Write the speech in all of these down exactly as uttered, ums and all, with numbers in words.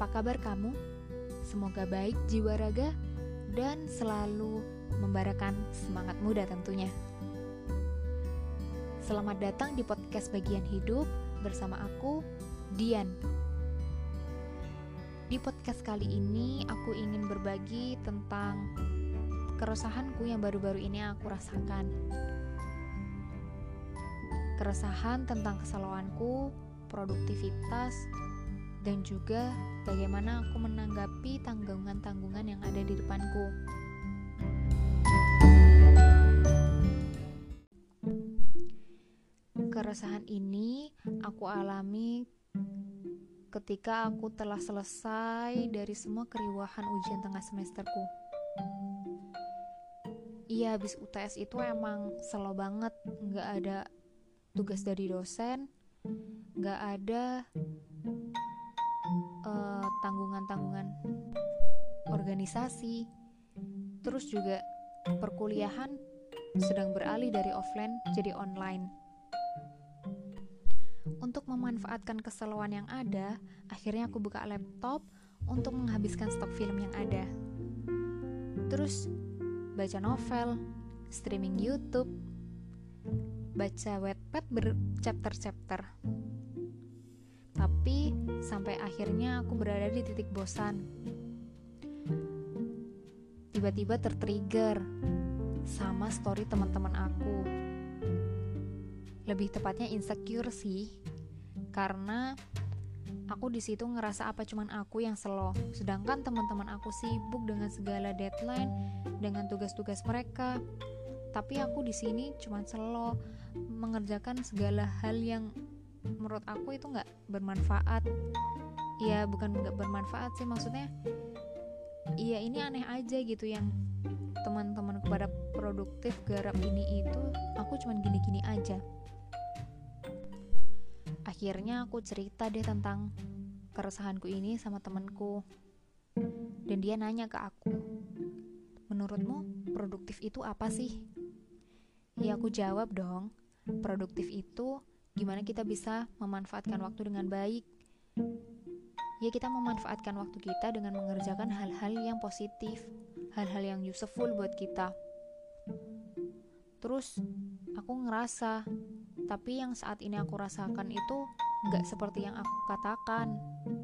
Apa kabar kamu? Semoga baik jiwa raga dan selalu membarakan semangat muda tentunya. Selamat datang di podcast Bagian Hidup bersama aku, Dian. Di podcast kali ini aku ingin berbagi tentang keresahanku yang baru-baru ini aku rasakan. Keresahan tentang kesalauanku, produktivitas, dan juga bagaimana aku menanggapi tanggungan-tanggungan yang ada di depanku. Keresahan ini aku alami ketika aku telah selesai dari semua keriuhan ujian tengah semesterku. Iya, habis U T S itu emang slow banget, gak ada tugas dari dosen, gak ada Uh, tanggungan-tanggungan organisasi. Terus juga perkuliahan sedang beralih dari offline jadi online. Untuk memanfaatkan keseluan yang ada, akhirnya aku buka laptop untuk menghabiskan stok film yang ada. Terus baca novel, streaming YouTube, baca Wattpad berchapter-chapter. Tapi sampai akhirnya aku berada di titik bosan. Tiba-tiba tertrigger sama story teman-teman aku. Lebih tepatnya insecure sih, karena aku di situ ngerasa apa cuman aku yang slow, sedangkan teman-teman aku sibuk dengan segala deadline, dengan tugas-tugas mereka. Tapi aku di sini cuman slow mengerjakan segala hal yang menurut aku itu nggak bermanfaat. Ya bukan nggak bermanfaat sih, maksudnya iya ini aneh aja gitu, yang teman-teman kepada produktif garap ini itu, aku cuman gini-gini aja. Akhirnya aku cerita deh tentang keresahanku ini sama temanku, dan dia nanya ke aku, menurutmu produktif itu apa sih? Ya aku jawab dong, produktif itu gimana kita bisa memanfaatkan waktu dengan baik. Ya kita memanfaatkan waktu kita dengan mengerjakan hal-hal yang positif, hal-hal yang useful buat kita. Terus aku ngerasa, tapi yang saat ini aku rasakan itu gak seperti yang aku katakan.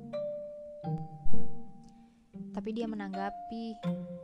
Tapi dia menanggapi,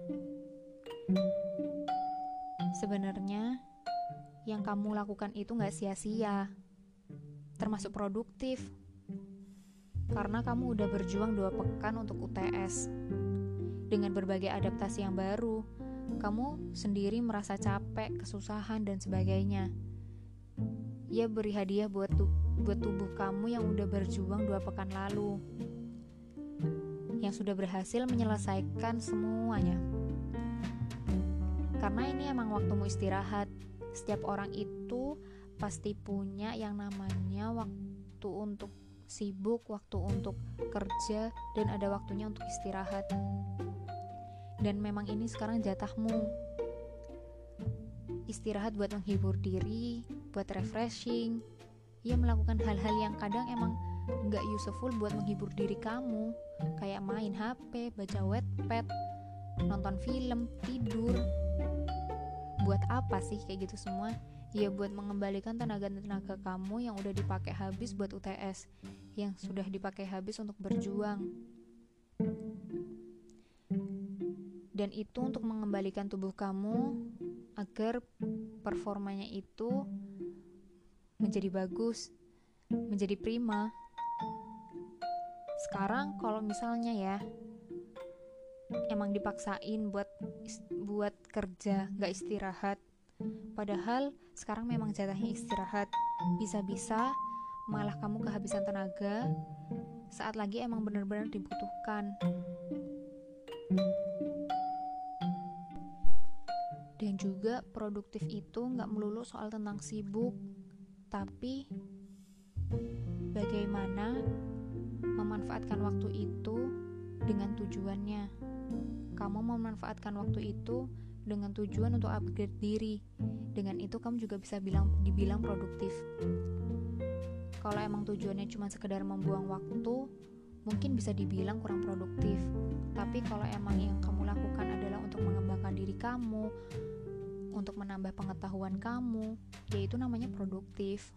sebenarnya yang kamu lakukan itu gak sia-sia, termasuk produktif, karena kamu udah berjuang dua pekan untuk U T S. Dengan berbagai adaptasi yang baru, kamu sendiri merasa capek, kesusahan, dan sebagainya. Ya beri hadiah buat, tu- buat tubuh kamu yang udah berjuang dua pekan lalu, yang sudah berhasil menyelesaikan semuanya. Karena ini emang waktumu istirahat. Setiap orang itu pasti punya yang namanya waktu untuk sibuk, waktu untuk kerja, dan ada waktunya untuk istirahat. Dan memang ini sekarang jatahmu. Istirahat buat menghibur diri, buat refreshing, ya melakukan hal-hal yang kadang emang gak useful buat menghibur diri kamu, kayak main H P, baca Wattpad, nonton film, tidur. Buat apa sih kayak gitu semua? Ya buat mengembalikan tenaga-tenaga kamu yang udah dipakai habis buat U T S, yang sudah dipakai habis untuk berjuang. Dan itu untuk mengembalikan tubuh kamu agar performanya itu menjadi bagus, menjadi prima. Sekarang kalau misalnya ya emang dipaksain buat buat kerja, gak istirahat, padahal sekarang memang jatahnya istirahat, bisa-bisa malah kamu kehabisan tenaga saat lagi emang benar-benar dibutuhkan. Dan juga produktif itu gak melulu soal tentang sibuk, tapi bagaimana memanfaatkan waktu itu dengan tujuannya. Kamu memanfaatkan waktu itu dengan tujuan untuk upgrade diri. Dengan itu kamu juga bisa bilang dibilang produktif. Kalau emang tujuannya cuma sekedar membuang waktu, mungkin bisa dibilang kurang produktif. Tapi kalau emang yang kamu lakukan adalah untuk mengembangkan diri kamu, untuk menambah pengetahuan kamu, yaitu namanya produktif.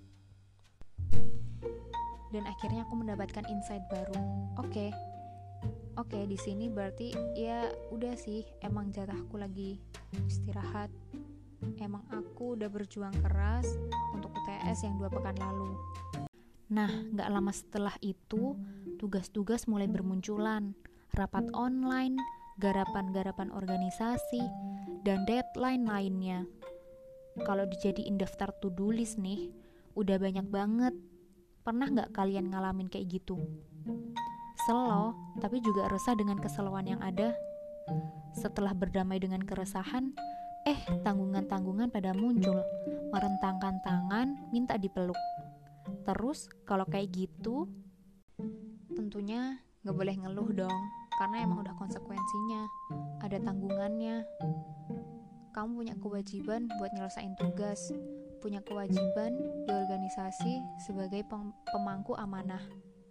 Dan akhirnya aku mendapatkan insight baru. Oke, oke di sini berarti ya udah sih, emang jatahku lagi istirahat. Emang aku udah berjuang keras untuk U T S yang dua pekan lalu. Nah, gak lama setelah itu, tugas-tugas mulai bermunculan. Rapat online, garapan-garapan organisasi, dan deadline lainnya. Kalau dijadiin daftar to-do list nih, udah banyak banget. Pernah gak kalian ngalamin kayak gitu? Slow, tapi juga resah dengan keseluan yang ada. Setelah berdamai dengan keresahan, eh tanggungan-tanggungan pada muncul, merentangkan tangan, minta dipeluk. Terus kalau kayak gitu, tentunya gak boleh ngeluh dong, karena emang udah konsekuensinya, ada tanggungannya. Kamu punya kewajiban buat nyelesain tugas, punya kewajiban di organisasi sebagai pem- pemangku amanah.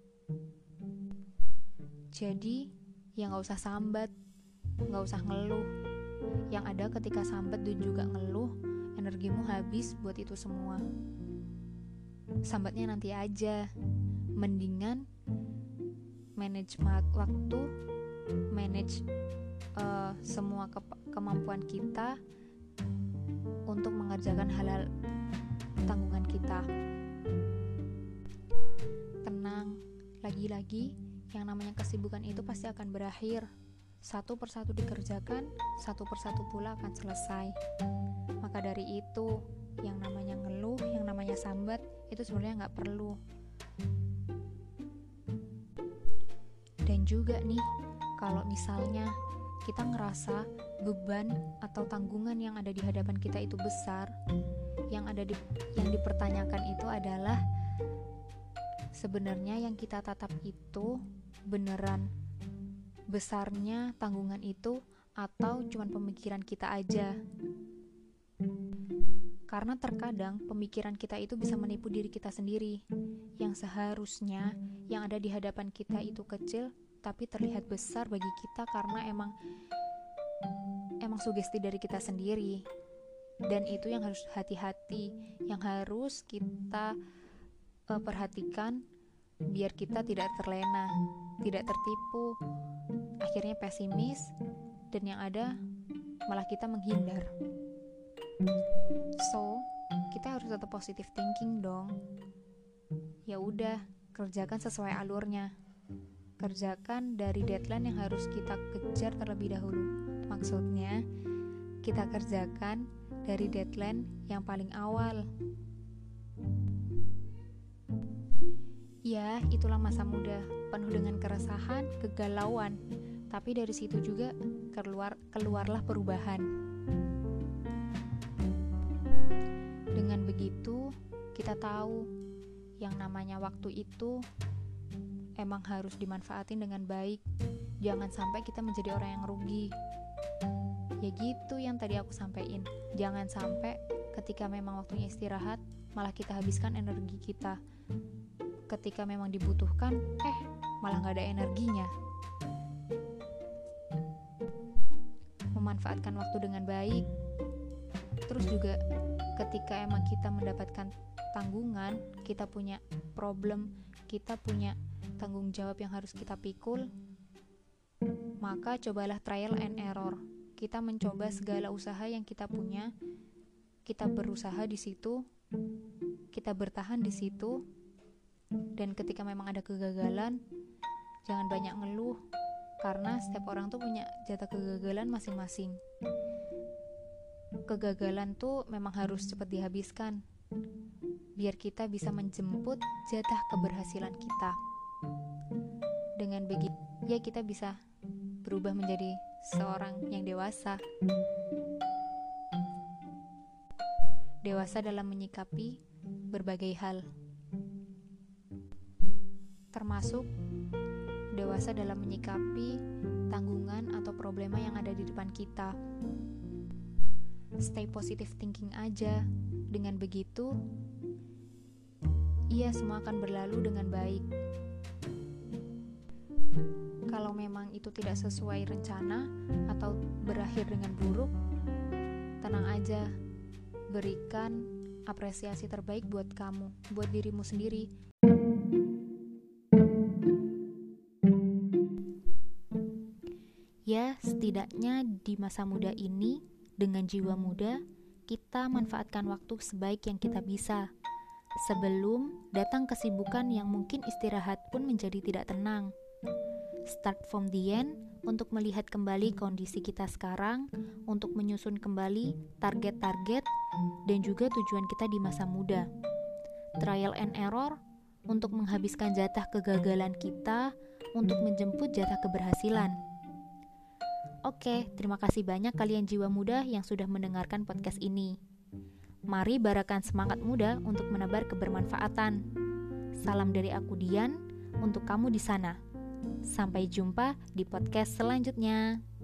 Jadi, ya gak usah sambat, gak usah ngeluh. Yang ada ketika sambat dan juga ngeluh, energimu habis buat itu semua. Sambatnya nanti aja. Mendingan manage waktu, manage uh, semua ke- kemampuan kita untuk mengerjakan hal-hal tanggungan kita. Tenang, lagi-lagi yang namanya kesibukan itu pasti akan berakhir. Satu persatu dikerjakan, satu persatu pula akan selesai. Maka dari itu, yang namanya ngeluh, yang namanya sambat, itu sebenarnya nggak perlu. Dan juga nih, kalau misalnya kita ngerasa beban atau tanggungan yang ada di hadapan kita itu besar, yang ada di yang dipertanyakan itu adalah sebenarnya yang kita tatap itu beneran besarnya tanggungan itu atau cuman pemikiran kita aja. Karena terkadang pemikiran kita itu bisa menipu diri kita sendiri, yang seharusnya yang ada di hadapan kita itu kecil tapi terlihat besar bagi kita karena emang emang sugesti dari kita sendiri. Dan itu yang harus hati-hati, yang harus kita uh, perhatikan biar kita tidak terlena, tidak tertipu, akhirnya pesimis, dan yang ada malah kita menghindar. So, kita harus tetap positive thinking dong. Ya udah, kerjakan sesuai alurnya. Kerjakan dari deadline yang harus kita kejar terlebih dahulu. Maksudnya, kita kerjakan dari deadline yang paling awal. Ya, itulah masa muda, penuh dengan keresahan, kegalauan. Tapi dari situ juga keluar keluarlah perubahan. Dengan begitu, kita tahu yang namanya waktu itu emang harus dimanfaatin dengan baik. Jangan sampai kita menjadi orang yang rugi. Ya gitu yang tadi aku sampaikan. Jangan sampai ketika memang waktunya istirahat, malah kita habiskan energi kita. Ketika memang dibutuhkan, eh malah gak ada energinya. Memanfaatkan waktu dengan baik. Terus juga ketika emang kita mendapatkan tanggungan, kita punya problem, kita punya tanggung jawab yang harus kita pikul, maka cobalah trial and error. Kita mencoba segala usaha yang kita punya, kita berusaha di situ, kita bertahan di situ, dan ketika memang ada kegagalan, jangan banyak ngeluh, karena setiap orang tuh punya jatah kegagalan masing-masing. Kegagalan tuh memang harus cepat dihabiskan, biar kita bisa menjemput jatah keberhasilan kita. Dengan begitu, ya kita bisa berubah menjadi seorang yang dewasa. Dewasa dalam menyikapi berbagai hal. Termasuk dewasa dalam menyikapi tanggungan atau problema yang ada di depan kita. Stay positive thinking aja. Dengan begitu, iya semua akan berlalu dengan baik. kalau memang itu tidak sesuai rencana atau berakhir dengan buruk, tenang aja, berikan apresiasi terbaik buat kamu, buat dirimu sendiri. Ya, setidaknya di masa muda ini, dengan jiwa muda, kita manfaatkan waktu sebaik yang kita bisa. Sebelum datang kesibukan yang mungkin istirahat pun menjadi tidak tenang. Start from the end untuk melihat kembali kondisi kita sekarang, untuk menyusun kembali target-target dan juga tujuan kita di masa muda. Trial and error untuk menghabiskan jatah kegagalan kita, untuk menjemput jatah keberhasilan. Oke, terima kasih banyak kalian jiwa muda yang sudah mendengarkan podcast ini. Mari barakan semangat muda untuk menebar kebermanfaatan. Salam dari aku Dian, untuk kamu di sana. Sampai jumpa di podcast selanjutnya.